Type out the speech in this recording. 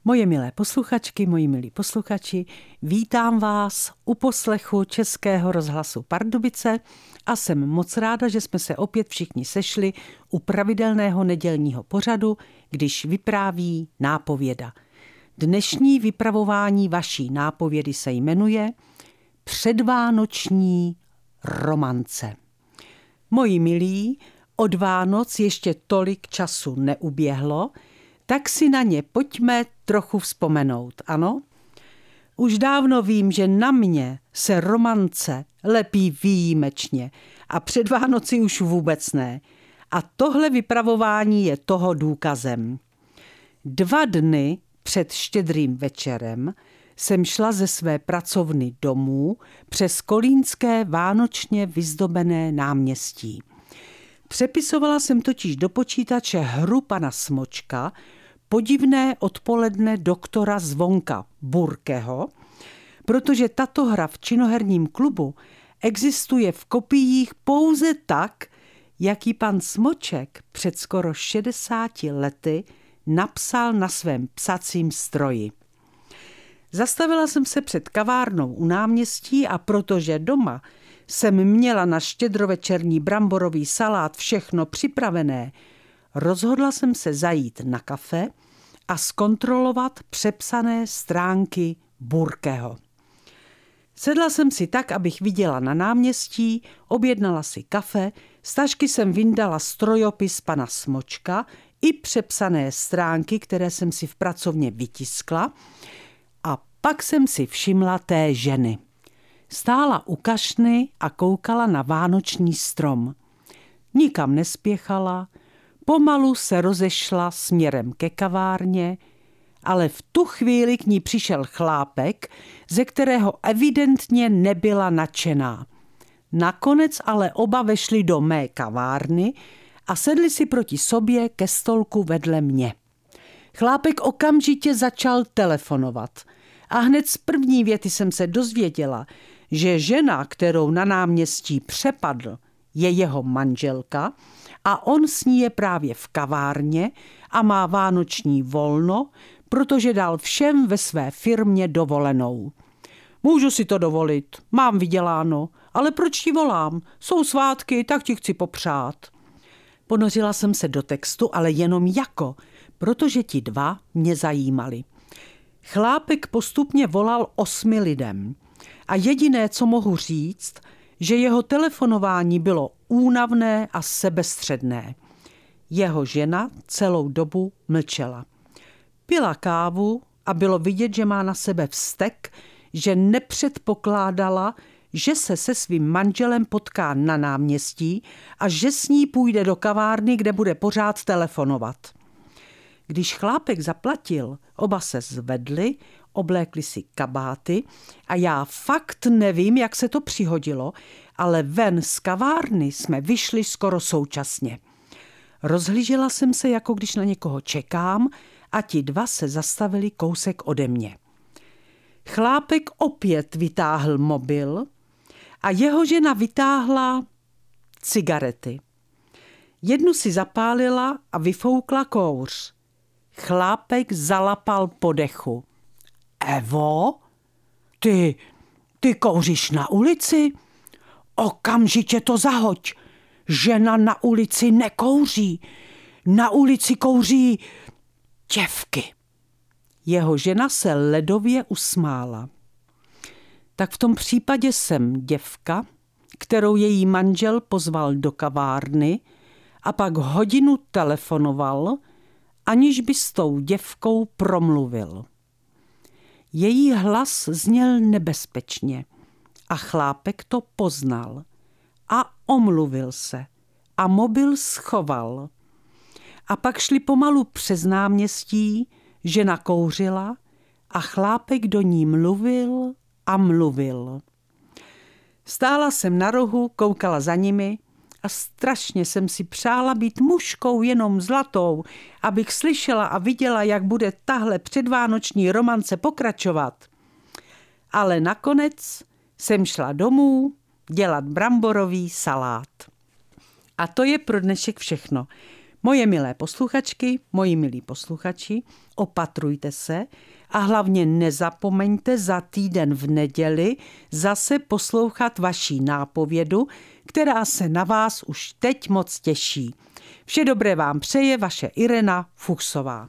Moje milé posluchačky, moji milí posluchači, vítám vás u poslechu Českého rozhlasu Pardubice a jsem moc ráda, že jsme se opět všichni sešli u pravidelného nedělního pořadu, když vypráví nápověda. Dnešní vypravování vaší nápovědy se jmenuje Předvánoční romance. Moji milí, od Vánoc ještě tolik času neuběhlo, tak si na ně pojďme trochu vzpomenout, ano? Už dávno vím, že na mě se romance lepí výjimečně a před Vánoci už vůbec ne. A tohle vypravování je toho důkazem. 2 dny před Štědrým večerem jsem šla ze své pracovny domů přes kolínské vánočně vyzdobené náměstí. Přepisovala jsem totiž do počítače hru pana Smočka, Podivné odpoledne doktora Zvonka Burkeho, protože tato hra v činoherním klubu existuje v kopiích pouze tak, jak ji pan Smoček před skoro 60 lety napsal na svém psacím stroji. Zastavila jsem se před kavárnou u náměstí a protože doma jsem měla na štědrovečerní bramborový salát všechno připravené, rozhodla jsem se zajít na kafe a zkontrolovat přepsané stránky Burkeho. Sedla jsem si tak, abych viděla na náměstí, objednala si kafe, z tašky jsem vyndala strojopis pana Smočka i přepsané stránky, které jsem si v pracovně vytiskla, a pak jsem si všimla té ženy. Stála u kašny a koukala na vánoční strom. Nikam nespěchala, pomalu se rozešla směrem ke kavárně, ale v tu chvíli k ní přišel chlápek, ze kterého evidentně nebyla nadšená. Nakonec ale oba vešli do mé kavárny a sedli si proti sobě ke stolku vedle mě. Chlápek okamžitě začal telefonovat a hned z první věty jsem se dozvěděla, že žena, kterou na náměstí přepadl, je jeho manželka a on s ní je právě v kavárně a má vánoční volno, protože dal všem ve své firmě dovolenou. Můžu si to dovolit, mám vyděláno, ale proč ti volám? Jsou svátky, tak ti chci popřát. Ponořila jsem se do textu, ale jenom jako, protože ti 2 mě zajímali. Chlápek postupně volal 8 lidem a jediné, co mohu říct, že jeho telefonování bylo únavné a sebestředné. Jeho žena celou dobu mlčela. Pila kávu a bylo vidět, že má na sebe vztek, že nepředpokládala, že se se svým manželem potká na náměstí a že s ní půjde do kavárny, kde bude pořád telefonovat. Když chlápek zaplatil, oba se zvedli, oblékli si kabáty a já fakt nevím, jak se to přihodilo, ale ven z kavárny jsme vyšli skoro současně. Rozhlížela jsem se, jako když na někoho čekám, a ti 2 se zastavili kousek ode mě. Chlápek opět vytáhl mobil a jeho žena vytáhla cigarety. Jednu si zapálila a vyfoukla kouř. Chlápek zalapal po dechu. Evo, ty kouříš na ulici? Okamžitě to zahoď. Žena na ulici nekouří. Na ulici kouří děvky. Jeho žena se ledově usmála. Tak v tom případě jsem děvka, kterou její manžel pozval do kavárny a pak hodinu telefonoval, aniž by s tou děvkou promluvil. Její hlas zněl nebezpečně a chlápek to poznal a omluvil se a mobil schoval. A pak šli pomalu přes náměstí, žena kouřila a chlápek do ní mluvil a mluvil. Stála jsem na rohu, koukala za nimi a strašně jsem si přála být mužkou jenom zlatou, abych slyšela a viděla, jak bude tahle předvánoční romance pokračovat. Ale nakonec jsem šla domů dělat bramborový salát. A to je pro dnešek všechno. Moje milé posluchačky, moji milí posluchači, opatrujte se a hlavně nezapomeňte za týden v neděli zase poslouchat vaší nápovědu, která se na vás už teď moc těší. Vše dobré vám přeje vaše Irena Fuchsová.